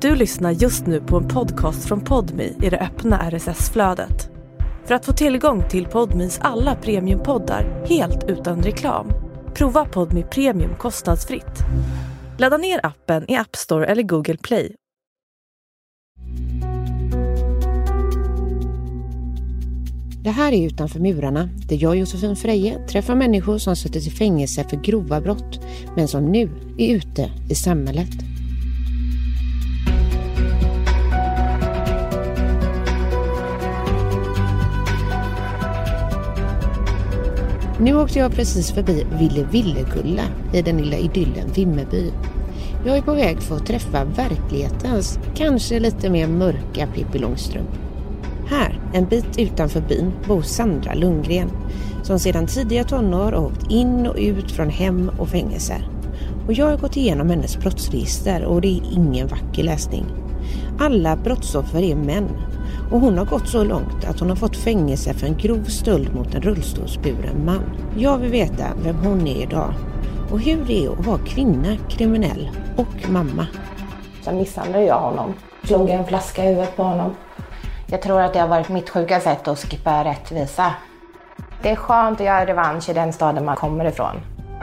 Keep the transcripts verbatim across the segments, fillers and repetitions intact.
Du lyssnar just nu på en podcast från Podmi i det öppna R S S-flödet. För att få tillgång till Podmis alla premiumpoddar helt utan reklam, prova Podmi Premium kostnadsfritt. Ladda ner appen i App Store eller Google Play. Det här är Utanför murarna, där jag, Josefin Freje, träffar människor som suttit i fängelse för grova brott, men som nu är ute i samhället. Nu åkte jag precis förbi Ville Villekulla i den lilla idyllen Vimmerby. Jag är på väg för att träffa verklighetens, kanske lite mer mörka Pippi Långstrump. Här, en bit utanför byn, bor Sandra Lundgren, som sedan tidiga tonår har åkt in och ut från hem och fängelser. Och jag har gått igenom hennes brottsregister och det är ingen vacker läsning. Alla brottsoffer är män. Och hon har gått så långt att hon har fått fängelse för en grov stöld mot en rullstolsburen man. Jag vill veta vem hon är idag och hur det är att vara kvinna, kriminell och mamma. Sen misshandlade jag honom. Slog en flaska i huvudet på honom. Jag tror att det har varit mitt sjuka sätt att skippa rättvisa. Det är skönt att göra revansch i den staden man kommer ifrån.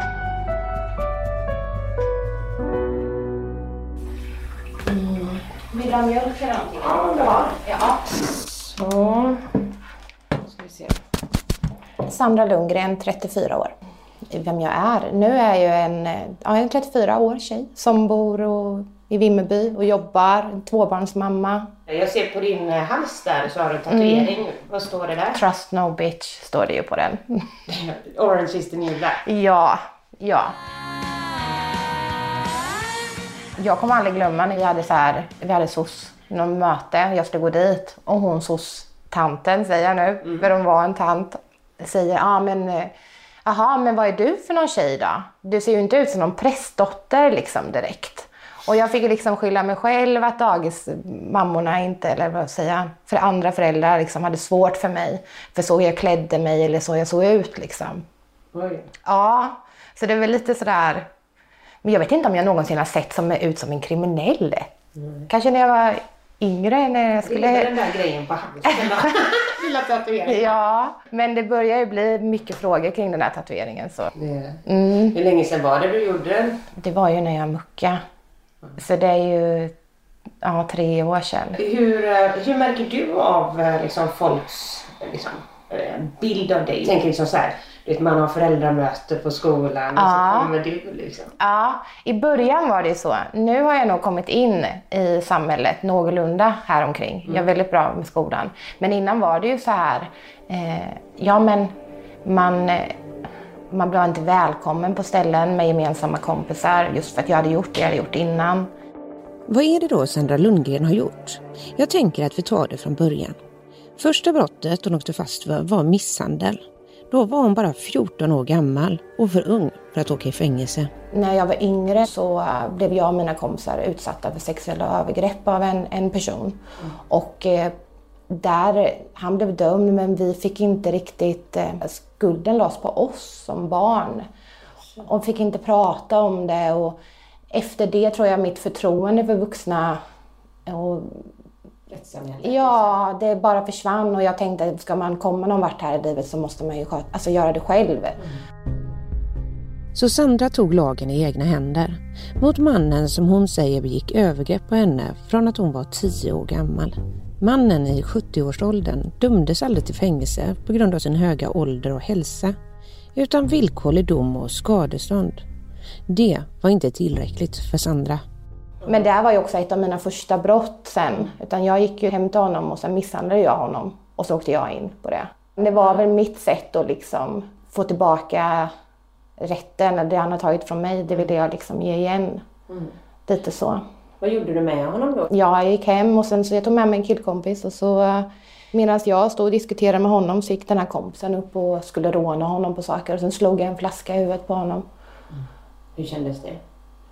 Mm. Vill du ha mjölk eller någonting? Ja, bra. Ja. Så. Ska vi se. Sandra Lundgren, trettiofyra år. Vem jag är? Nu är jag en, ja, en trettiofyra år tjej som bor och, i Vimmerby och jobbar. En tvåbarnsmamma. Jag ser på din hals där så har du en tatuering. Mm. Vad står det där? Trust no bitch står det ju på den. Orange is the new black. Ja, ja. Jag kommer aldrig glömma när vi hade så här, vi hade sos någon möte, jag skulle gå dit och hon sos tanten säger jag nu, mm. för hon var en tant, säger ja ah, men aha, men vad är du för någon tjej då? Du ser ju inte ut som någon prästdotter liksom direkt. Och jag fick liksom skylla mig själv att dagismammorna inte, eller vad säger jag, för andra föräldrar liksom hade svårt för mig, för så jag klädde mig eller så jag såg ut liksom. Oj. Ja, så det var lite sådär. Men jag vet inte om jag någonsin har sett som ut som en kriminell. Mm. Kanske när jag var yngre. När jag skulle... Det är den där grejen på halsen. Lilla tatueringen. Ja, men det börjar ju bli mycket frågor kring den här tatueringen. Så. Det. Mm. Hur länge sedan var det du gjorde den? Det var ju när jag muckade. Mm. Så det är ju ja, tre år sedan. Hur, hur märker du av liksom, folks liksom, bild av dig? Jag tänker liksom så här. Man har föräldramöte på skolan och ja. Så kommer du liksom. Ja, i början var det så. Nu har jag nog kommit in i samhället någorlunda här omkring. Mm. Jag är väldigt bra med skolan. Men innan var det ju så här. Eh, ja men man, man blev inte välkommen på ställen med gemensamma kompisar. Just för att jag hade gjort det jag hade gjort innan. Vad är det då Sandra Lundgren har gjort? Jag tänker att vi tar det från början. Första brottet hon åkte fast för var misshandel. Då var hon bara fjorton år gammal och för ung för att åka i fängelse. När jag var yngre så blev jag och mina kompisar utsatta för sexuella övergrepp av en, en person. Mm. Och eh, där, han blev dömd men vi fick inte riktigt, eh, skulden lades på oss som barn. Och fick inte prata om det och efter det tror jag mitt förtroende för vuxna och ja, det bara försvann och jag tänkte att ska man komma någon vart här i livet så måste man ju alltså göra det själv. Mm. Så Sandra tog lagen i egna händer mot mannen som hon säger begick övergrepp på henne från att hon var tio år gammal. Mannen i sjuttio-årsåldern dömdes aldrig till fängelse på grund av sin höga ålder och hälsa utan villkorlig dom och skadestånd. Det var inte tillräckligt för Sandra. Men det här var ju också ett av mina första brott sen. Utan jag gick ju hem till honom och sen misshandlade jag honom. Och så åkte jag in på det. Det var väl mitt sätt att liksom få tillbaka rätten. Det han har tagit från mig, det ville jag liksom ge igen. Mm. Lite så. Vad gjorde du med honom då? Ja, jag gick hem och sen så jag tog med mig en killkompis. Och så medan jag stod och diskuterade med honom så gick den här kompisen upp och skulle råna honom på saker. Och sen slog jag en flaska i huvudet på honom. Mm. Hur kändes det?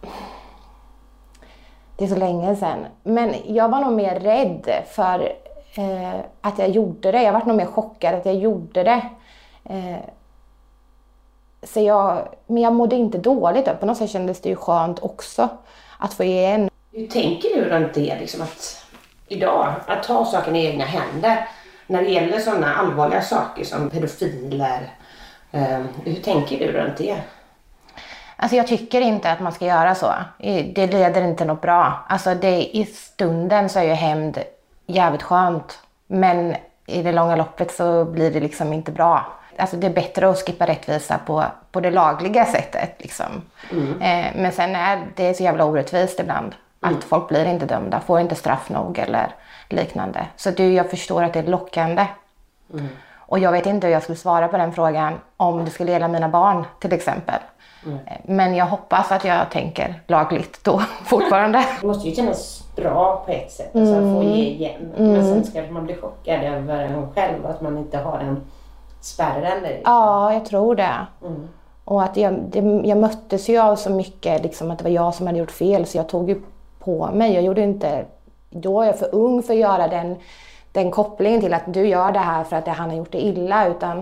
Det är så länge sedan. Men jag var nog mer rädd för eh, att jag gjorde det. Jag var nog mer chockad att jag gjorde det. Eh, så jag, men jag mådde inte dåligt. På något sätt kändes det ju skönt också att få igen. Hur tänker du runt det liksom att idag, att ta saken i egna händer när det gäller sådana allvarliga saker som pedofiler? Eh, hur tänker du runt det? Alltså jag tycker inte att man ska göra så. Det leder inte något bra. Alltså det, i stunden så är ju hämnd jävligt skönt. Men i det långa loppet så blir det liksom inte bra. Alltså det är bättre att skippa rättvisa på, på det lagliga sättet. Liksom. Mm. Eh, men sen är det så jävla orättvist ibland. Mm. Att folk blir inte dömda, får inte straff nog eller liknande. Så det, jag förstår att det är lockande. Mm. Och jag vet inte hur jag skulle svara på den frågan om det skulle gälla mina barn till exempel. Mm. Men jag hoppas att jag tänker lagligt då fortfarande. Det måste ju kännas bra på ett sätt, alltså mm. att få ge igen. Mm. Men sen ska man bli chockad över en själv, att man inte har den spärren. Liksom. Ja, jag tror det. Mm. Och att jag, det, jag möttes ju av så mycket liksom, att det var jag som hade gjort fel, så jag tog ju på mig. Jag gjorde inte, då är jag för ung för att göra den, den kopplingen till att du gör det här för att det, han har gjort det illa, utan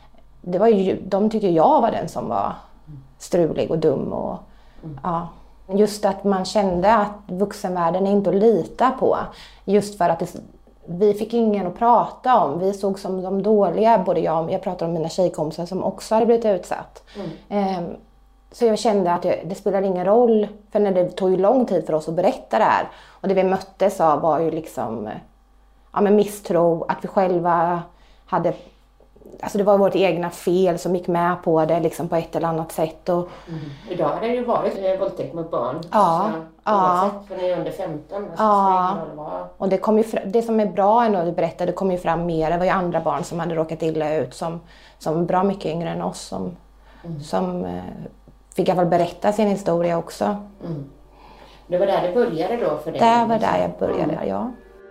det var ju, de tyckte jag var den som var strulig och dum. Och, mm. ja. Just att man kände att vuxenvärlden är inte att lita på. Just för att det, vi fick ingen att prata om. Vi såg som de dåliga, både jag och jag pratade om mina tjejkompisar som också hade blivit utsatt. Mm. Um, så jag kände att det, det spelar ingen roll. För när det tog ju lång tid för oss att berätta det här. Och det vi möttes av var ju liksom ja, men misstro. Att vi själva hade... Alltså det var vårt egna fel som gick med på det liksom på ett eller annat sätt. Och... Mm. Idag har det ju varit en våldtäkt mot barn. Ja. Så, ja. För ni är under femton. Alltså ja. Det, var... och det, kom ju fram, det som är bra ändå att berätta, det kom ju fram mer. Det var ju andra barn som hade råkat illa ut. Som, som bra mycket yngre än oss. Som, mm. som eh, fick i alla fall berätta sin historia också. Mm. Det var där det började då för dig? Det var där jag började, mm. ja.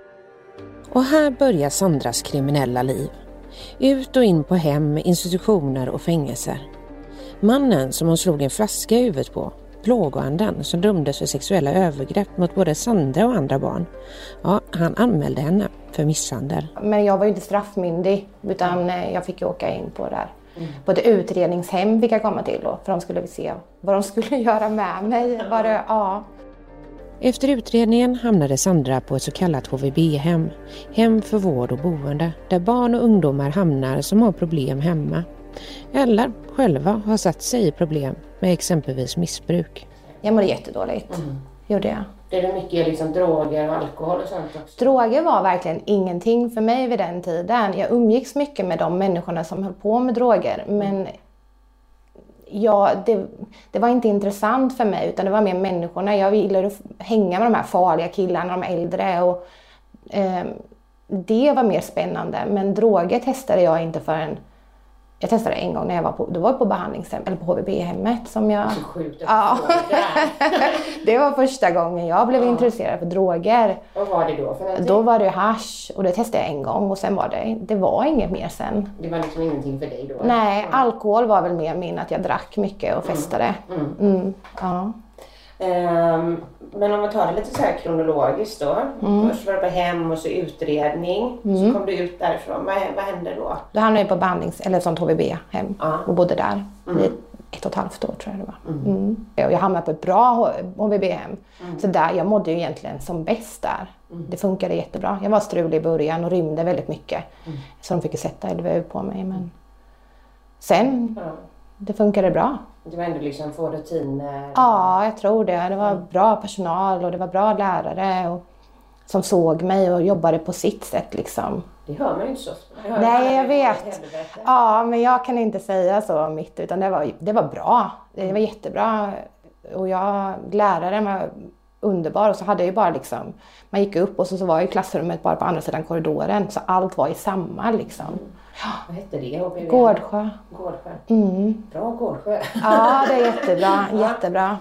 Och här börjar Sandras kriminella liv. Ut och in på hem, institutioner och fängelser. Mannen som hon slog en flaska i huvudet på, plågoanden som dömdes för sexuella övergrepp mot både Sandra och andra barn. Ja, han anmälde henne för misshandel. Men jag var ju inte straffmyndig, utan jag fick ju åka in på där. Mm. På ett utredningshem fick jag komma till då, för de skulle se vad de skulle göra med mig. Var det, ja. Efter utredningen hamnade Sandra på ett så kallat H V B-hem, hem för vård och boende, där barn och ungdomar hamnar som har problem hemma. Eller själva har satt sig i problem med exempelvis missbruk. Jag mådde jättedåligt, mm. gjorde jag. Det är mycket liksom droger och alkohol och sånt också? Droger var verkligen ingenting för mig vid den tiden. Jag umgicks mycket med de människorna som höll på med droger, men... Ja, det, det var inte intressant för mig, utan det var mer människorna. Jag gillade att hänga med de här farliga killarna, de äldre. Och, eh, det var mer spännande. Men droger testade jag inte förrän... Jag testade en gång när jag var på, det var på behandlingshem, eller på H V B-hemmet som jag... Så sjukt att ja. Det var första gången jag blev ja. intresserad för droger. Vad var det då för någonting? Då var det hasch, och det testade jag en gång, och sen var det, det var inget mer sen. Det var liksom ingenting för dig då? Nej, mm. alkohol var väl mer min, att jag drack mycket och festade. Mm. Mm. Mm. Ja. Um, men om man tar det lite så här kronologiskt då. Mm. Först var det på hem och så utredning. Mm. Så kom du ut därifrån. Vad, vad hände då? Då hamnade jag på behandlings, eller sånt H V B-hem ah. och bodde där mm. i ett och ett halvt år tror jag det var. Mm. Mm. Jag hamnade på ett bra H V B-hem. Mm. Så där, jag mådde ju egentligen som bäst där. Mm. Det funkade jättebra. Jag var strulig i början och rymde väldigt mycket. Mm. Så de fick ju sätta L V U på mig. Men sen, mm. det funkade bra. Det var ändå liksom få rutiner? Ja, jag tror det. Det var mm. bra personal och det var bra lärare och, som såg mig och jobbade på sitt sätt liksom. Det hör man ju inte så ofta. Nej, jag vet. Ja, men jag kan inte säga så mitt, utan det var, det var bra. Det var jättebra. Och jag, läraren var underbar, och så hade jag ju bara liksom, man gick upp och så, så var ju klassrummet bara på andra sidan korridoren, så allt var i samma liksom. Mm. Vad hette det? Gårdsjö. Gårdsjö. Mm. Bra Gårdsjö. Ja, det är jättebra. Jättebra.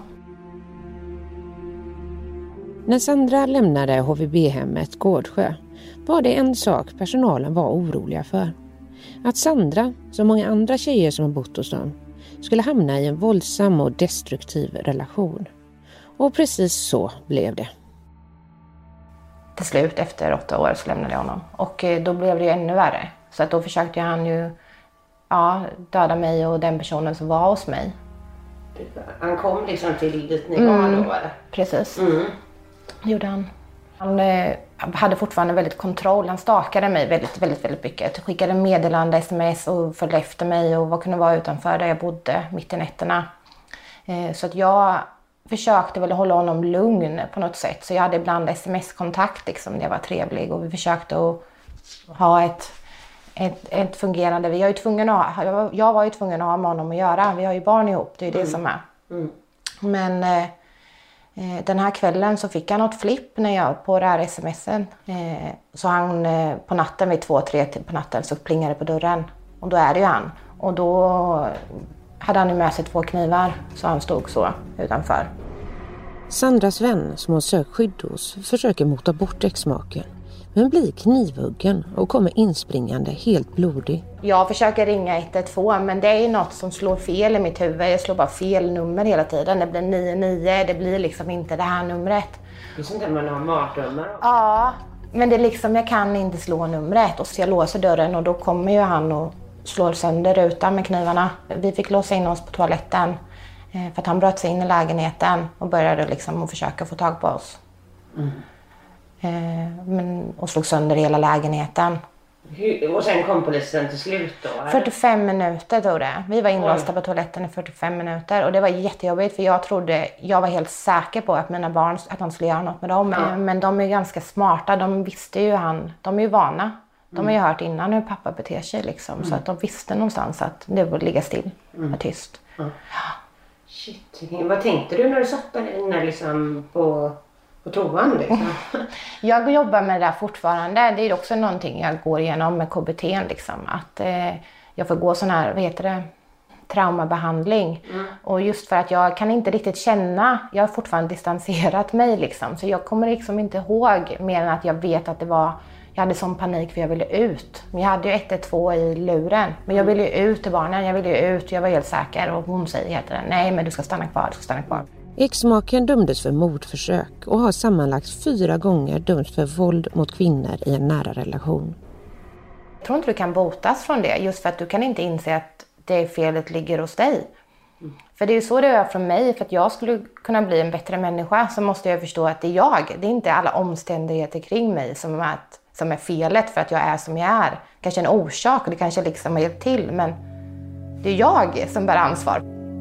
När Sandra lämnade H V B-hemmet Gårdsjö var det en sak personalen var oroliga för. Att Sandra, som många andra tjejer som har bott hos dem, skulle hamna i en våldsam och destruktiv relation. Och precis så blev det. Till slut, efter åtta år, så lämnade jag honom. Och då blev det ju ännu värre. Så att då försökte han ju ja, döda mig och den personen som var hos mig. Han kom liksom till dit ni mm, var då, eller? Precis. Mm. gjorde han. Han eh, hade fortfarande väldigt kontroll. Han stakade mig väldigt, väldigt, väldigt mycket. Skickade meddelande, sms och följde efter mig och vad kunde vara utanför där jag bodde mitt i nätterna. Eh, så att jag försökte väl hålla honom lugn på något sätt. Så jag hade ibland sms-kontakt liksom, när jag var trevlig. Och vi försökte att ha ett, ett, ett fungerande... Vi är ju tvungen att ha, jag, var, jag var ju tvungen att ha med honom att göra. Vi har ju barn ihop, det är det mm. som är. Mm. Men eh, den här kvällen så fick han något flipp när jag på det här smsen. Eh, så han eh, på natten vid två, tre på natten så plingade på dörren. Och då är det ju han. Och då hade han ju med sig två knivar så han stod så utanför. Sandras vän som har sökt skydd hos försöker mota bort exmaken. Men blir knivhuggen och kommer inspringande helt blodig. Jag försöker ringa ett ett två men det är ju något som slår fel i mitt huvud. Jag slår bara fel nummer hela tiden. Det blir nio nio, det blir liksom inte det här numret. Det är sånt där man har mardrömmar. Ja, men det är liksom, jag kan inte slå numret. Och så jag låser dörren och då kommer ju han och slår sönder rutan med knivarna. Vi fick låsa in oss på toaletten för att han bröt sig in i lägenheten och började liksom att försöka få tag på oss. Mm. Men, och slog sönder hela lägenheten. Hur, och sen kom polisen till slut då? Eller? fyrtiofem minuter tog det. Vi var inlåsta på toaletten i fyrtiofem minuter. Och det var jättejobbigt för jag trodde, jag var helt säker på att mina barn, att han skulle göra något med dem. Ja. Men de är ganska smarta, de visste ju han, de är ju vana. De har ju hört innan hur pappa beter sig liksom. Mm. Så att de visste någonstans att det borde ligga still, mm. vara tyst. Mm. Shit, vad tänkte du när du satt där inne liksom på... på toan liksom? Jag jobbar med det där fortfarande. Det är också någonting jag går igenom med K B T liksom. Att eh, jag får gå sån här, vad heter det, traumabehandling. Mm. Och just för att jag kan inte riktigt känna, jag har fortfarande distanserat mig liksom. Så jag kommer liksom inte ihåg mer än att jag vet att det var, jag hade sån panik för jag ville ut. Men jag hade ju ett ett två i luren. Men jag ville ju ut till barnen, jag ville ju ut. Jag var helt säker och hon säger heter det, nej men du ska stanna kvar, du ska stanna kvar. Exmaken dömdes för mordförsök och har sammanlagt fyra gånger dömts för våld mot kvinnor i en nära relation. Jag tror inte du kan botas från det just för att du kan inte inse att det felet ligger hos dig. Mm. För det är ju så det är från mig. För att jag skulle kunna bli en bättre människa så måste jag förstå att det är jag. Det är inte alla omständigheter kring mig som är, som är felet för att jag är som jag är. Kanske en orsak och det kanske liksom har hjälpt till men det är jag som bär ansvar.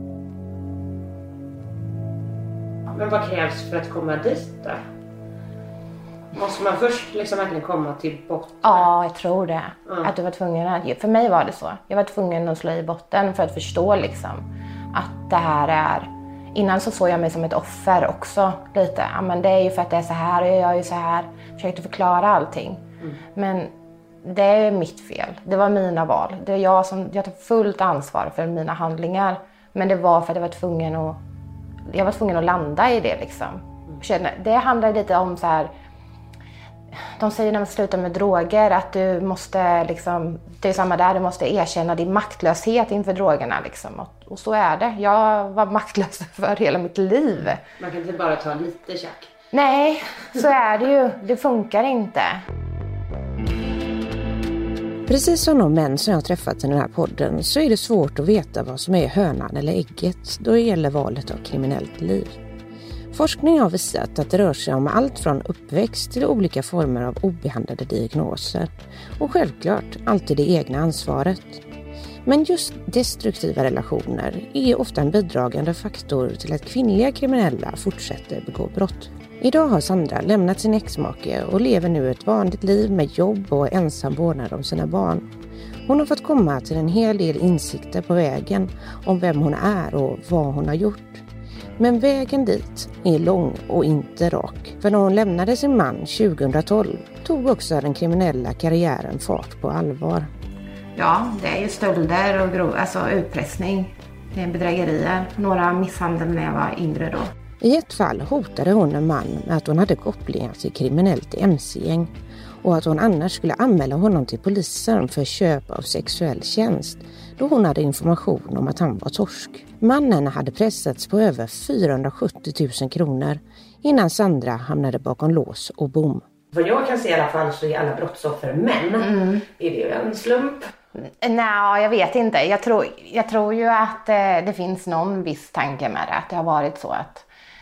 Men vad krävs för att komma dit då? Måste man först liksom verkligen komma till botten? Ja, jag tror det. Mm. Att du var tvungen att... För mig var det så. Jag var tvungen att slå i botten för att förstå liksom att det här är... Innan så såg jag mig som ett offer också lite. Ja, men det är ju för att det är så här och jag gör ju så här. Jag försökte förklara allting. Mm. Men det är mitt fel. Det var mina val. Det är jag som... Jag tar fullt ansvar för mina handlingar. Men det var för att jag var tvungen att... Jag var tvungen att landa i det liksom. Det handlar lite om så här. De säger när man slutar med droger att du måste liksom, det är samma där, du måste erkänna din maktlöshet inför drogerna liksom. Och, och så är det. Jag var maktlös för hela mitt liv. Man kan inte bara ta lite tjack. Nej, så är det ju. Det funkar inte. Precis som de män som jag har träffat i den här podden så är det svårt att veta vad som är hönan eller ägget då det gäller valet av kriminellt liv. Forskning har visat att det rör sig om allt från uppväxt till olika former av obehandlade diagnoser och självklart alltid det egna ansvaret. Men just destruktiva relationer är ofta en bidragande faktor till att kvinnliga kriminella fortsätter begå brott. Idag har Sandra lämnat sin exmake och lever nu ett vanligt liv med jobb och ensam vårdnad om sina barn. Hon har fått komma till en hel del insikter på vägen om vem hon är och vad hon har gjort. Men vägen dit är lång och inte rak. För när hon lämnade sin man tjugohundratolv tog också den kriminella karriären fart på allvar. Ja, det är ju stölder och grov, alltså utpressning, det är bedrägerier, några misshandel när jag var yngre då. I ett fall hotade hon en man med att hon hade kopplingar till kriminellt M C-gäng och att hon annars skulle anmäla honom till polisen för köp av sexuell tjänst då hon hade information om att han var torsk. Mannen hade pressats på över fyrahundrasjuttio tusen kronor innan Sandra hamnade bakom lås och bom. Vad jag kan se i alla fall så är alla brottsoffer män. Mm. Är det ju en slump? Nej, jag vet inte. Jag tror, jag tror ju att eh, det finns någon viss tanke med det. Att det har varit så att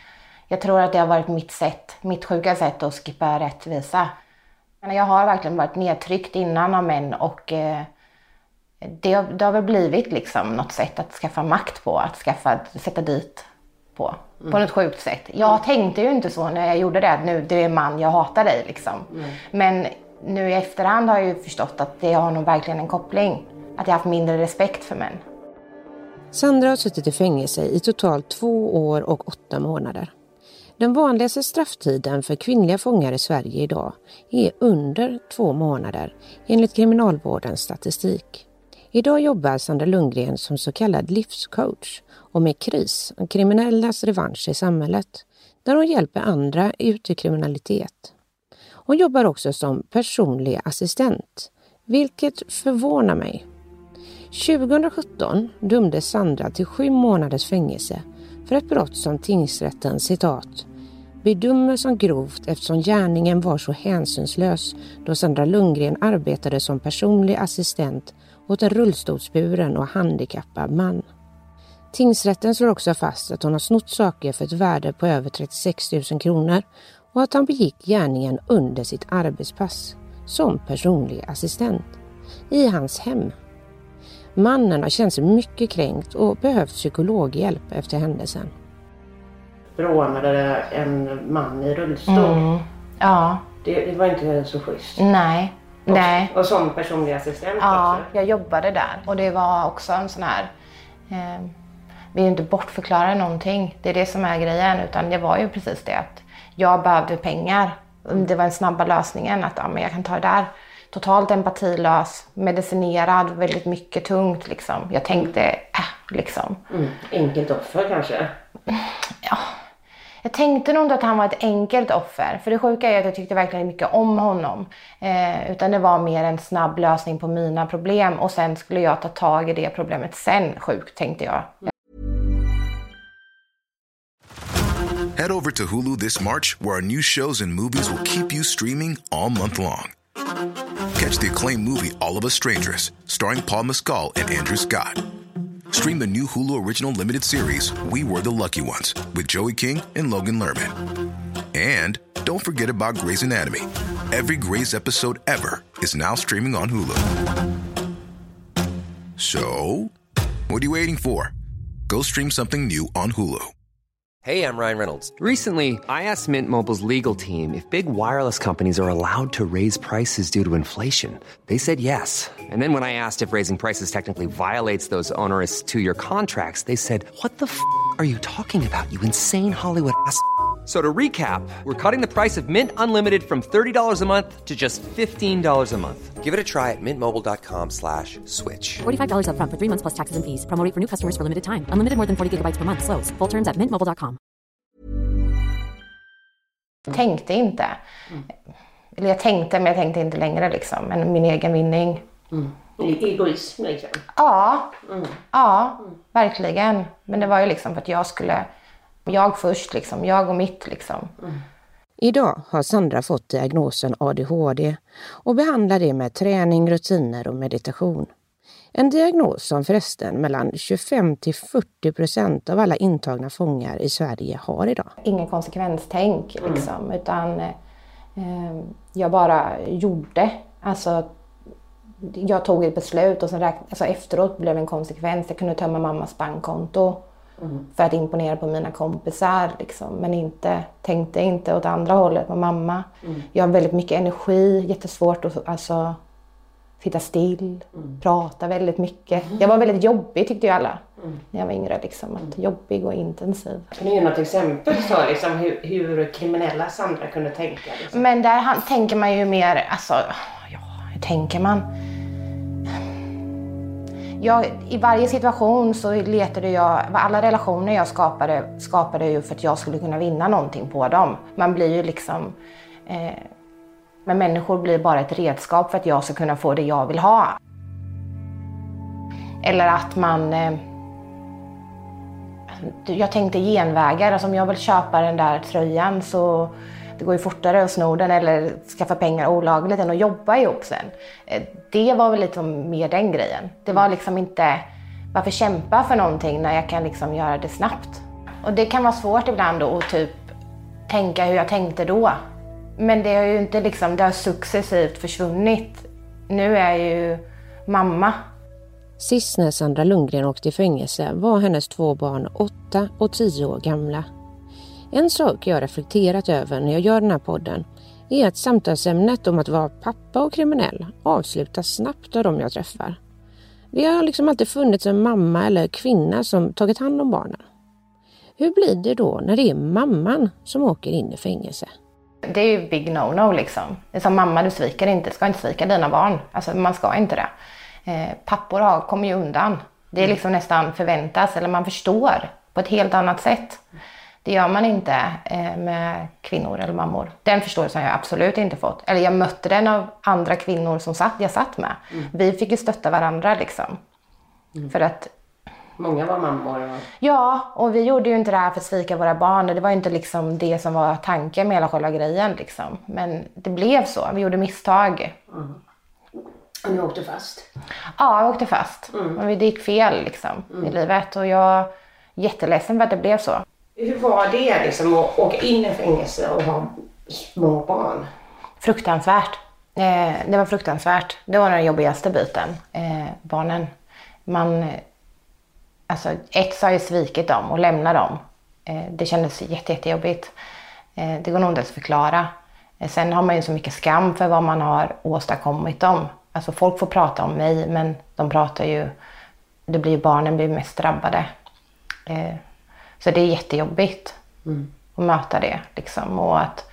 Jag tror att det har varit mitt sätt, mitt sjuka sätt att skippa rättvisa. Jag har verkligen varit nedtryckt innan av män och eh, det, har, det har väl blivit liksom något sätt att skaffa makt på, att skaffa, sätta dit på, mm. på något sjukt sätt. Jag mm. tänkte ju inte så när jag gjorde det, att nu det är man, jag hatar dig liksom. Mm. Men nu i efterhand har jag ju förstått att det har nog verkligen en koppling, att jag har haft mindre respekt för män. Sandra har suttit i fängelse i totalt två år och åtta månader. Den vanligaste strafftiden för kvinnliga fångar i Sverige idag är under två månader enligt kriminalvårdens statistik. Idag jobbar Sandra Lundgren som så kallad livscoach och med KRIS, kriminellas revansch i samhället, där hon hjälper andra ut i kriminalitet. Hon jobbar också som personlig assistent, vilket förvånar mig. tjugohundrasjutton dömdes Sandra till sju månaders fängelse för ett brott som tingsrätten, citat, bedömer som grovt eftersom gärningen var så hänsynslös då Sandra Lundgren arbetade som personlig assistent åt en rullstolsburen och handikappad man. Tingsrätten slår också fast att hon har snott saker för ett värde på över trettiosex tusen kronor och att han begick gärningen under sitt arbetspass som personlig assistent i hans hem. Mannen har känt sig mycket kränkt och behövt psykologhjälp efter händelsen. Rånade en man i rullstol. Mm. Ja. Det, det var inte så schysst. Nej. Och, Nej. och som personlig assistent ja, också. Jag jobbade där och det var också en sån här... Eh, vi är ju inte bortförklara någonting. Det är det som är grejen, utan det var ju precis det att jag behövde pengar. Det var en snabba lösningen att ja, men jag kan ta det där. Totalt empatilös, medicinerad, väldigt mycket tungt liksom. Jag tänkte, äh, liksom. Mm, enkelt offer kanske? Ja, jag tänkte nog inte att han var ett enkelt offer. För det sjuka är att jag tyckte verkligen mycket om honom. Eh, utan det var mer en snabb lösning på mina problem. Och sen skulle jag ta tag i det problemet sen, sjukt tänkte jag. Head over to Hulu this March, where our new shows and movies will keep you streaming all month long. Catch the acclaimed movie All of Us Strangers, starring Paul Mescal and Andrew Scott. Stream the new Hulu original limited series We Were the Lucky Ones with Joey King and Logan Lerman. And don't forget about Grey's Anatomy. Every Grey's episode ever is now streaming on Hulu. So, what are you waiting for? Go stream something new on Hulu. Hey, I'm Ryan Reynolds. Recently, I asked Mint Mobile's legal team if big wireless companies are allowed to raise prices due to inflation. They said yes. And then when I asked if raising prices technically violates those onerous two-year contracts, they said, what the f*** are you talking about, you insane Hollywood ass f- So to recap, we're cutting the price of Mint Unlimited from thirty dollars a month to just fifteen dollars a month. Give it a try at mintmobile.com slash switch. forty-five dollars up front for three months plus taxes and fees. Promo rate for new customers for limited time. Unlimited more than forty gigabytes per month. Slows full terms at mint mobile dot com. Tänkte inte. Mm. Eller jag tänkte, men jag tänkte inte längre liksom. Men min egen vinning. Mm. Egoism liksom. Ja, mm. ja, verkligen. Men det var ju liksom för att jag skulle... Jag först liksom, jag och mitt liksom. Mm. Idag har Sandra fått diagnosen A D H D och behandlar det med träning, rutiner och meditation. En diagnos som förresten mellan tjugofem till fyrtio procent av alla intagna fångar i Sverige har idag. Ingen konsekvenstänk liksom, mm. utan eh, jag bara gjorde. Alltså, jag tog ett beslut och sen räkn- alltså, efteråt blev det en konsekvens. Jag kunde tömma mammas bankkonto. Mm. För att imponera på mina kompisar liksom. Men inte, tänkte inte åt andra hållet på mamma. Mm. Jag har väldigt mycket energi, jättesvårt att alltså, sitta still, mm. prata väldigt mycket. Mm. Jag var väldigt jobbig tyckte ju alla mm. när jag var yngre. Liksom, att jobbig och intensiv. Kan du ge något exempel på liksom, hur, hur kriminella Sandra kunde tänka? Liksom? Men där han, tänker man ju mer, alltså, ja, hur tänker man? Jag, I varje situation så letade jag, alla relationer jag skapade, skapade ju för att jag skulle kunna vinna någonting på dem. Man blir ju liksom, eh, men människor blir bara ett redskap för att jag ska kunna få det jag vill ha. Eller att man, eh, jag tänkte genvägar, alltså om jag vill köpa den där tröjan så det går ju fortare att sno den eller skaffa pengar olagligt än att jobba ihop sen. Det var väl lite mer den grejen. Det var liksom inte, varför kämpa för någonting när jag kan liksom göra det snabbt. Och det kan vara svårt ibland att typ tänka hur jag tänkte då. Men det har ju inte liksom, det har successivt försvunnit. Nu är jag ju mamma. Sist när Sandra Lundgren åkte i fängelse var hennes två barn åtta och tio år gamla. En sak jag reflekterat över när jag gör den här podden är att samtalsämnet om att vara pappa och kriminell avslutas snabbt av dem jag träffar. Det har liksom alltid funnits en mamma eller kvinna som tagit hand om barnen. Hur blir det då när det är mamman som åker in i fängelse? Det är ju big no-no liksom. Det är som mamma, du sviker inte, ska inte svika dina barn. Alltså man ska inte det. Eh, pappor har, kommer ju undan. Det är liksom nästan förväntas, eller man förstår på ett helt annat sätt. Det gör man inte eh, med kvinnor eller mammor. Den förståelsen har jag absolut inte fått. Eller jag mötte den av andra kvinnor som satt, jag satt med. Mm. Vi fick ju stötta varandra liksom. Mm. För att... Många var mammor. Och... Ja, och vi gjorde ju inte det här för att svika våra barn. Det var inte liksom det som var tanken med hela själva grejen liksom. Men det blev så, vi gjorde misstag. Mm. Och ni åkte fast? Ja, jag åkte fast. Mm. Och det gick fel liksom, mm. i livet. Och jag är jätteledsen för att det blev så. Hur var det liksom att åka in i fängelse och ha små barn? Fruktansvärt. Eh, det var fruktansvärt. Det var den jobbigaste biten. Eh, barnen. Man, alltså ett har ju svikit dem och lämnat dem. Eh, det kändes jätte, jättejobbigt. Eh, det går nog inte att förklara. Eh, sen har man ju så mycket skam för vad man har åstadkommit dem. Alltså folk får prata om mig, men de pratar ju... Det blir barnen blir mest drabbade. Eh, Så det är jättejobbigt mm. att möta det. Liksom. Och att,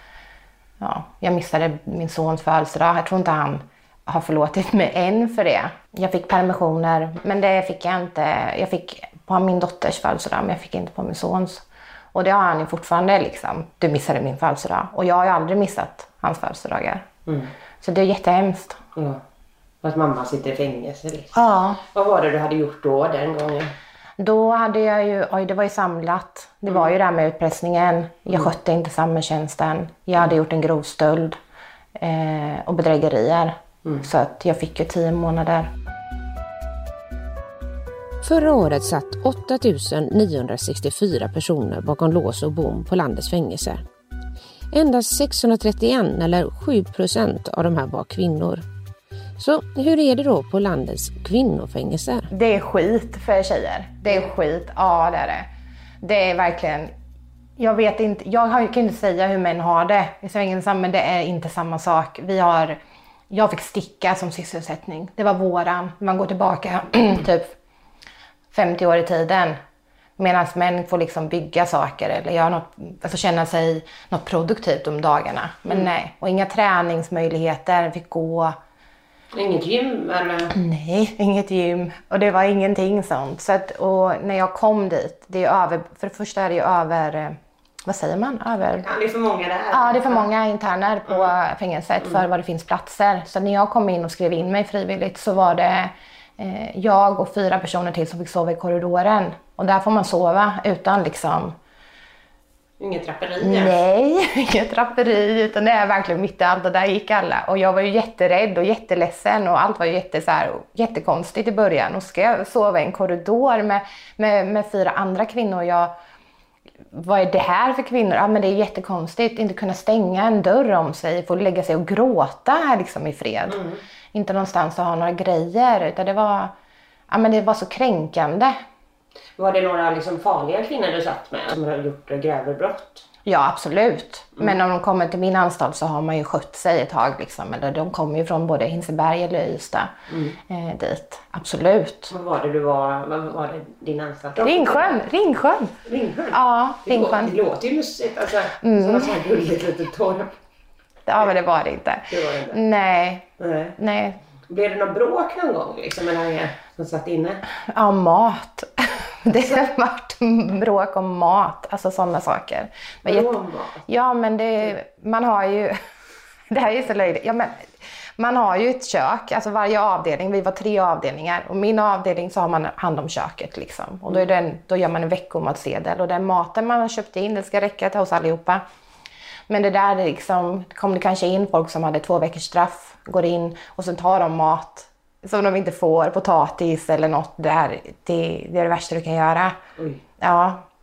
ja, jag missade min sons födelsedag. Jag tror inte han har förlåtit mig än för det. Jag fick permissioner, men det fick jag inte. Jag fick på min dotters födelsedag, men jag fick inte på min sons. Och det har han ju fortfarande. Liksom. Du missade min födelsedag. Och jag har ju aldrig missat hans födelsedagar. Mm. Så det är jättehemskt. Ja. Att mamma sitter i fängelse. Liksom. Ja. Vad var det du hade gjort då den gången? Då hade jag ju, oj det var ju samlat. Det mm. var ju det här med utpressningen. Jag mm. skötte inte samhällstjänsten. Jag hade gjort en grov stöld eh, och bedrägerier. Mm. Så att jag fick ju tio månader. Förra året satt åtta tusen niohundrasextiofyra personer bakom lås och bom på landets fängelser. Endast sexhundratrettioen eller sju procent av de här var kvinnor. Så hur är det då på landets kvinnofängelser? Det är skit för tjejer. Det är skit, ja det är det. Det är verkligen, jag vet inte, jag kan inte säga hur män har det i fängelsen, men det är inte samma sak. Vi har, jag fick sticka som sysselsättning. Det var våran, man går tillbaka typ femtio år i tiden. Medan män får liksom bygga saker eller göra något, alltså känna sig något produktivt om dagarna. Men mm. nej, och inga träningsmöjligheter, fick gå... Inget gym eller? Nej, inget gym. Och det var ingenting sånt. Så att, och när jag kom dit, det är över, för det första är det ju över, vad säger man? Över... Ja, det är för många där. Ja, det är för många interner på mm. fängelset för mm. vad det finns platser. Så när jag kom in och skrev in mig frivilligt så var det eh, jag och fyra personer till som fick sova i korridoren. Och där får man sova utan liksom... Inget trapperi? Nej, inget trapperi, utan det är verkligen mitt i allt och där gick alla. Och jag var ju jätterädd och jätteledsen och allt var ju jätte, så här, jättekonstigt i början. Och ska jag sova i en korridor med, med, med fyra andra kvinnor, jag, vad är det här för kvinnor? Ja, men det är jättekonstigt, inte kunna stänga en dörr om sig, få lägga sig och gråta här liksom i fred. Mm. Inte någonstans att ha några grejer, utan det var, ja, men det var så kränkande. Var det några liksom farliga kvinnor du satt med som har gjort grövre brott? Ja, absolut. Mm. Men om de kommer till min anstalt så har man ju skött sig ett tag. Liksom. Eller de kommer ju från både Hinseberg eller Ystad mm. eh, dit. Absolut. Vad var det du var, vad var det din anstalt? Ringsjön, Ringsjön. Ringsjön? Ja, Ringsjön. Det, det låter ju lustigt. Alltså, mm. sådana så här gulligt litet torp. Ja, men det var det inte. Det var det inte? Nej. Nej. Nej. Blev det någon bråk någon gång liksom, mellan er som satt inne? Ja, mat. Det har varit bråk om mat, alltså sådana saker. Men jätte... Ja, men det, man har ju, det här är ju så löjligt. Ja, men man har ju ett kök, alltså varje avdelning, vi var tre avdelningar. Och min avdelning så har man hand om köket liksom. Och då, är den, då gör man en veckomatsedel och den maten man har köpt in, det ska räcka till oss allihopa. Men det där liksom, kom det kanske in folk som hade två veckors straff, går in och så tar de mat som de inte får, potatis eller något där. Det, det är det värsta du kan göra. Oj. Ja.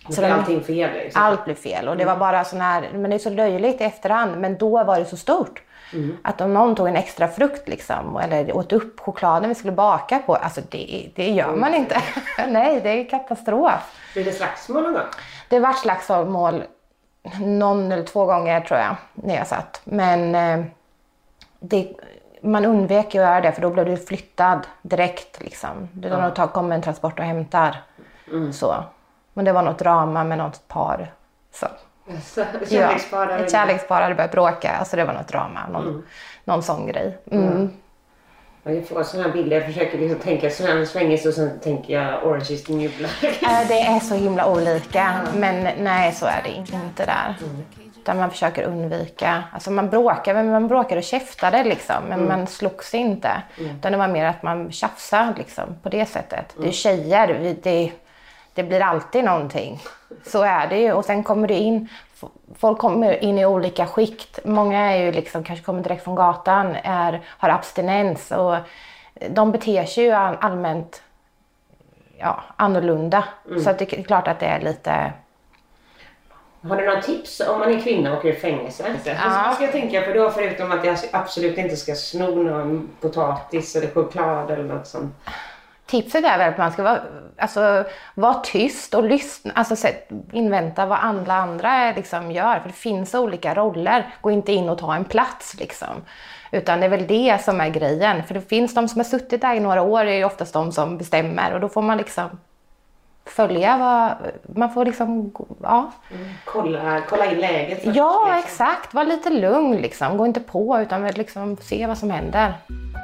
Så det är allting fel liksom. Allt blev fel och det var bara sån här, men det är så löjligt i efterhand, men då var det så stort. Mm. Att om någon tog en extra frukt liksom, eller åt upp chokladen vi skulle baka på, alltså det, det gör man inte. Nej, det är katastrof. Blir det slagsmål någon gång? Det var slagsmål någon eller två gånger tror jag när jag satt. Men eh, det, man undvek ju att göra det för då blev du flyttad direkt liksom. Det var nog tag kommer en transport och hämtar. Mm. Så. Men det var något drama med något par. Så. Så, kärlekspar, ja, ett kärlekspar hade börjat bråka. Alltså det var något drama. Någon, mm. någon sån grej. Mm. Mm. Jag får sådana här bilder. Jag försöker liksom tänka svensk fängelse och sen tänker jag Orange is the New Black. Det är så himla olika. Mm. Men nej, så är det inte där. Mm. Utan man försöker undvika. Alltså man bråkar, men man bråkar och käftade liksom. Men mm. man slogs inte. Mm. Utan det var mer att man tjafsade liksom på det sättet. Mm. Det är tjejer. Det, det blir alltid någonting. Så är det ju. Och sen kommer det in. Folk kommer in i olika skikt. Många är ju liksom, kanske kommer direkt från gatan. Är, har abstinens. Och de beter sig ju allmänt ja, annorlunda. Mm. Så att det är klart att det är lite... Har du några tips om man är kvinna och åker i fängelse? Ja. Vad ska jag tänka på då förutom att jag absolut inte ska sno någon potatis eller choklad eller något sånt? Tipset är väl att man ska vara, alltså, vara tyst och lyssna. Alltså invänta vad alla andra liksom gör. För det finns olika roller. Gå inte in och ta en plats liksom. Utan det är väl det som är grejen. För det finns de som har suttit där i några år är ju oftast de som bestämmer. Och då får man liksom... följa vad man får liksom ja mm. kolla kolla in läget först, ja liksom. Exakt, var lite lugn liksom, gå inte på utan liksom se vad som händer.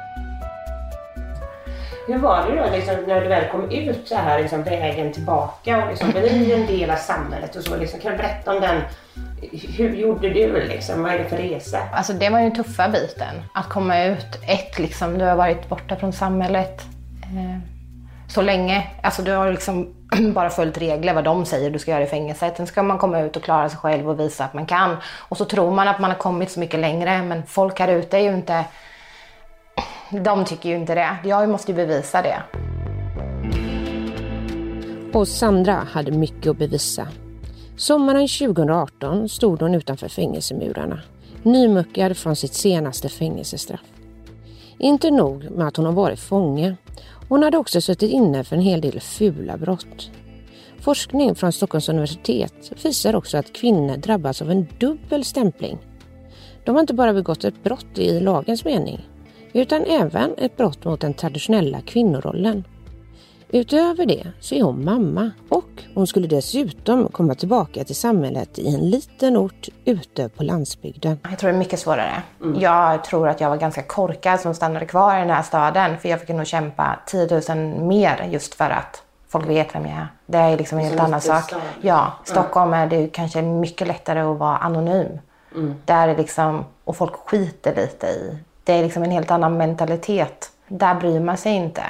Hur var det då liksom, när du väl kom ut så här liksom, vägen tillbaka och liksom bli en del av samhället och så liksom, kan du berätta om den, hur gjorde du liksom, vad är det för resa? Alltså det var ju den tuffa biten att komma ut ett liksom, du har varit borta från samhället eh, så länge, alltså du har liksom bara följt regler vad de säger du ska göra i fängelset. Sen ska man komma ut och klara sig själv och visa att man kan. Och så tror man att man har kommit så mycket längre. Men folk här ute är ju inte... De tycker ju inte det. Jag måste ju bevisa det. Och Sandra hade mycket att bevisa. Sommaren tjugo arton stod hon utanför fängelsemurarna. Nymuckad från sitt senaste fängelsestraff. Inte nog med att hon har varit fånge. Hon hade också suttit inne för en hel del fula brott. Forskning från Stockholms universitet visar också att kvinnor drabbas av en dubbel stämpling. De har inte bara begått ett brott i lagens mening, utan även ett brott mot den traditionella kvinnorollen. Utöver det så är hon mamma och hon skulle dessutom komma tillbaka till samhället i en liten ort ute på landsbygden. Jag tror det är mycket svårare. Mm. Jag tror att jag var ganska korkad som stannade kvar i den här staden. För jag fick nog kämpa tio tusen mer just för att folk vet vem jag är. Det är liksom en helt annan sak. Stad. Ja, Stockholm är det kanske mycket lättare att vara anonym. Mm. Där är liksom, och folk skiter lite i. Det är liksom en helt annan mentalitet. Där bryr man sig inte.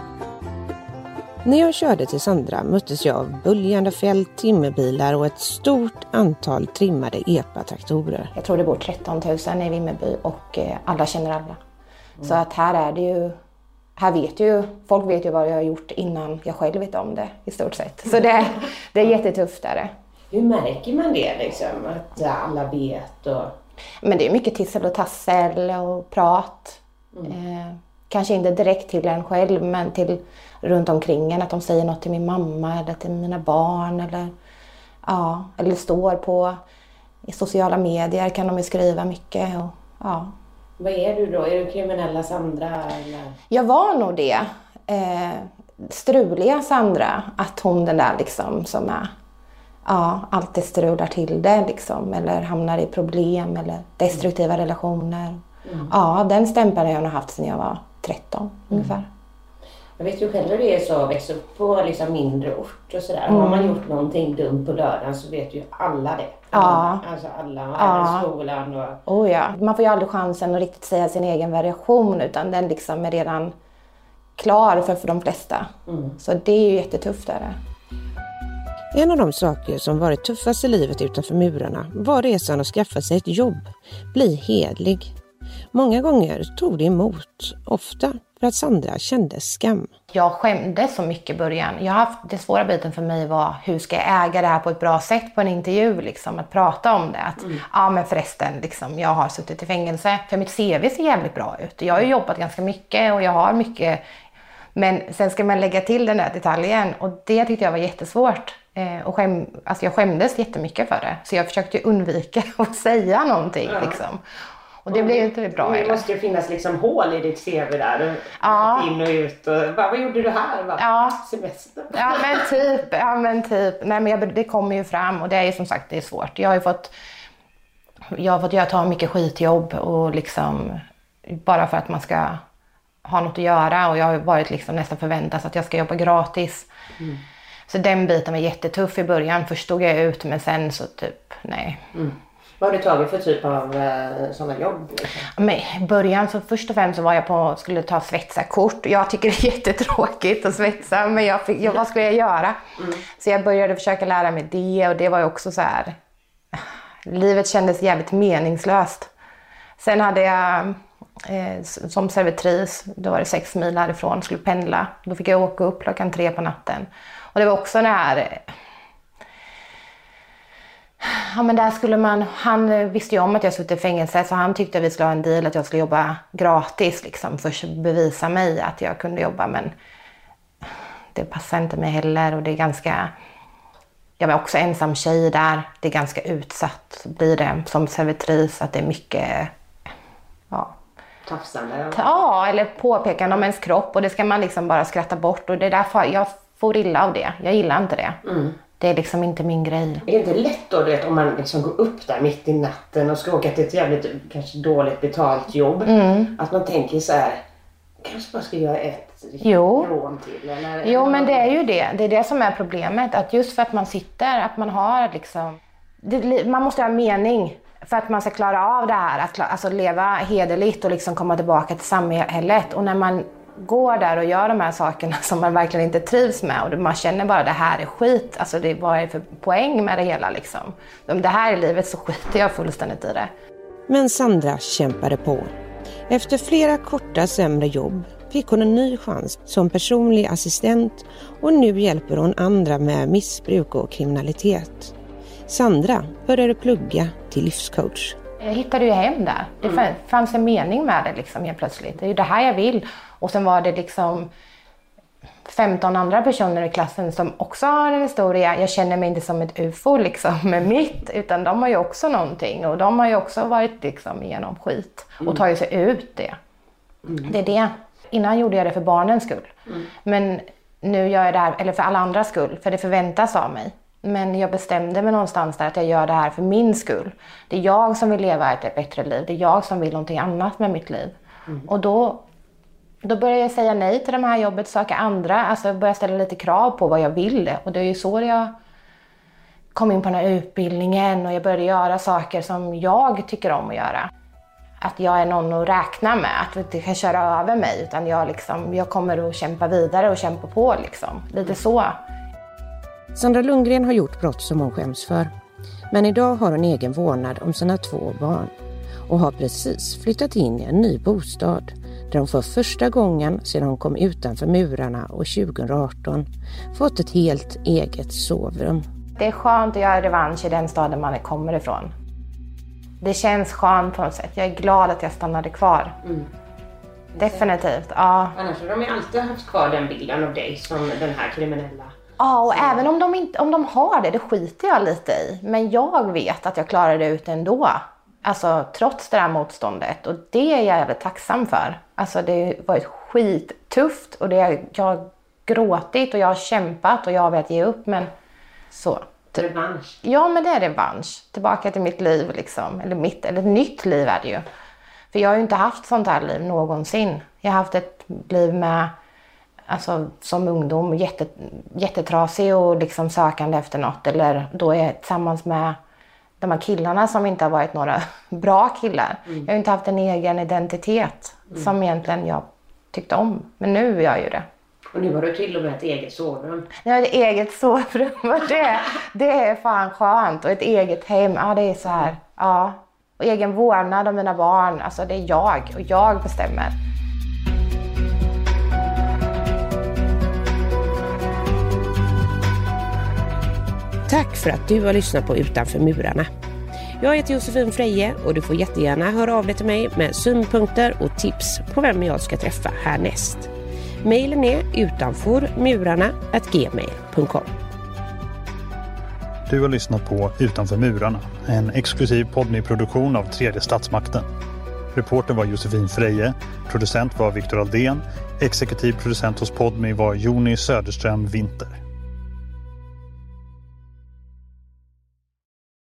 När jag körde till Sandra möttes jag av böljande fält, timmerbilar och ett stort antal trimmade E P A-traktorer. Jag tror det bor tretton tusen i Vimmerby och alla känner alla. Mm. Så att här är det ju, här vet ju, folk vet ju vad jag har gjort innan jag själv vet om det i stort sett. Så det, det är jättetufft där. Hur märker man det liksom, att alla vet? Och... Men det är mycket tissel och tassel och prat. Mm. Eh, kanske inte direkt till en själv men till runt omkring en, att de säger något till min mamma eller till mina barn eller ja, eller står på i sociala medier kan de ju skriva mycket och ja. Vad är du då? Är du kriminella Sandra eller? Jag var nog det. Eh, struliga Sandra, att hon den där liksom som är ja, alltid strular till det liksom eller hamnar i problem eller destruktiva mm. relationer. Mm. Ja, den stämpeln jag har haft sedan jag var tretton mm. ungefär. Jag vet ju själv hur det är så att växa upp på liksom mindre ort och sådär. Mm. Har man gjort någonting dumt på lördagen så vet ju alla det. Ja. Alltså alla, ja. skolan och... Oh ja. Man får ju aldrig chansen att riktigt säga sin egen variation utan den liksom är redan klar för, för de flesta. Mm. Så det är ju jättetufft där. En av de saker som varit tuffast i livet utanför murarna var resan att skaffa sig ett jobb, bli hedlig. Många gånger tog det emot, ofta för att Sandra kände skam. Jag skämdes så mycket i början. Jag har haft, det svåra biten för mig var hur ska jag äga det här på ett bra sätt på en intervju. Liksom, att prata om det. Att, mm. ja men förresten, liksom, jag har suttit i fängelse. För mitt C V ser jävligt bra ut. Jag har ju jobbat ganska mycket och jag har mycket. Men sen ska man lägga till den där detaljen. Och det tyckte jag var jättesvårt. Eh, och skäm, alltså jag skämdes jättemycket för det. Så jag försökte undvika att säga någonting. Ja. Liksom. Och det blev inte bra. Det måste ju finnas liksom hål i ditt C V där. Ja. In och ut. Och, vad, vad gjorde du här? Va? Ja. Semester? Ja men typ. Ja, men typ. Nej, men jag, det kommer ju fram. Och det är ju som sagt det är svårt. Jag har ju fått, jag har fått göra ta mycket skitjobb. Och liksom bara för att man ska ha något att göra. Och jag har varit liksom nästan förväntat att jag ska jobba gratis. Mm. Så den biten var jättetuff i början. Först stod jag ut men sen så typ nej. Mm. Vad har du tagit för typ av eh, sådana jobb? Liksom? Men i början så först och främst så var jag på, skulle ta svetsarkort. Jag tycker det är jättetråkigt att svetsa men jag fick, jag, vad skulle jag göra? Mm. Så jag började försöka lära mig det och det var ju också så här. Livet kändes jävligt meningslöst. Sen hade jag eh, som servitris, då var det sex mil härifrån, skulle pendla. Då fick jag åka upp klockan tre på natten. Och det var också den här... Ja men där skulle man, han visste ju om att jag suttit i fängelse så han tyckte att vi skulle ha en deal att jag skulle jobba gratis liksom för att bevisa mig att jag kunde jobba men det passar inte mig heller och det är ganska, jag var också ensam tjej där, det är ganska utsatt blir det som servitris att det är mycket, ja. Tafsande. Ja, eller påpekande om ens kropp och det ska man liksom bara skratta bort och det är därför jag får illa av det, jag gillar inte det. Mm. Det är liksom inte min grej. Är det inte lätt då du vet, om man liksom går upp där mitt i natten och ska åka till ett jävligt kanske dåligt betalt jobb. Mm. Att man tänker så här, kanske bara ska göra ett rån till. Eller, jo men det är ju det. Det är det som är problemet. Att just för att man sitter, att man har liksom... Det, man måste ha mening för att man ska klara av det här. Att alltså, leva hederligt och liksom komma tillbaka till samhället. Och när man... går där och gör de här sakerna som man verkligen inte trivs med och man känner bara det här är skit, alltså det, vad är det för poäng med det hela liksom. Om det här är livet så skiter jag fullständigt i det. Men Sandra kämpade på. Efter flera korta sämre jobb fick hon en ny chans som personlig assistent och nu hjälper hon andra med missbruk och kriminalitet. Sandra började plugga till livscoach. Jag hittade ju hem där. Det mm. fanns en mening med det liksom helt plötsligt. Det är ju det här jag vill. Och sen var det liksom femton andra personer i klassen som också har en historia. Jag känner mig inte som ett U F O liksom med mitt. Utan de har ju också någonting. Och de har ju också varit liksom igenom skit. Och tagit sig ut det. Mm. Det är det. Innan gjorde jag det för barnens skull. Mm. Men nu gör jag det här, eller för alla andras skull. För det förväntas av mig. Men jag bestämde mig någonstans där att jag gör det här för min skull. Det är jag som vill leva ett bättre liv. Det är jag som vill någonting annat med mitt liv. Mm. Och då, då började jag säga nej till de här jobbet, söka andra. Alltså börja ställa lite krav på vad jag vill. Och det är ju så jag kom in på den här utbildningen. Och jag började göra saker som jag tycker om att göra. Att jag är någon att räkna med. Att du inte kan köra över mig. Utan jag, liksom, jag kommer att kämpa vidare och kämpa på. Liksom. Lite så. Sandra Lundgren har gjort brott som hon skäms för. Men idag har hon egen vårdnad om sina två barn. Och har precis flyttat in i en ny bostad. Där hon för första gången sedan hon kom utanför murarna och tjugo arton fått ett helt eget sovrum. Det är skönt att göra revansch i den staden man kommer ifrån. Det känns skönt på något sätt. Jag är glad att jag stannade kvar. Mm. Definitivt, ja. Annars har de ju alltid haft kvar den bilden av dig som den här kriminella. Ja, och även om de, inte, om de har det, det skiter jag lite i. Men jag vet att jag klarade det ut ändå. Alltså trots det här motståndet. Och det är jag jävligt tacksam för. Alltså det har varit skittufft. Och det, jag har gråtit och jag har kämpat och jag har velat ge upp. Men så. Revansch. Ja, men det är revansch. Tillbaka till mitt liv liksom. Eller mitt, eller ett nytt liv är det ju. För jag har ju inte haft sånt här liv någonsin. Jag har haft ett liv med... Alltså som ungdom, jätte, jättetrasig och liksom sökande efter något. Eller då är jag tillsammans med de här killarna som inte har varit några bra killar. Mm. Jag har inte haft en egen identitet mm. som egentligen jag tyckte om. Men nu är jag ju det. Och nu har du till och med ett eget sovrum. Nu har jag ett eget sovrum och det, det är fan skönt. Och ett eget hem, ja det är så här. Ja. Och egen vårdnad av mina barn, alltså det är jag och jag bestämmer. Tack för att du har lyssnat på Utanför murarna. Jag heter Josefin Freje och du får jättegärna höra av dig till mig med synpunkter och tips på vem jag ska träffa härnäst. Mailen är utanformurarna at gmail punkt com. Du har lyssnat på Utanför murarna, en exklusiv Podme-produktion av Tredje statsmakten. Reporter var Josefin Freje, producent var Viktor Aldén, exekutiv producent hos Podme var Joni Söderström Winter.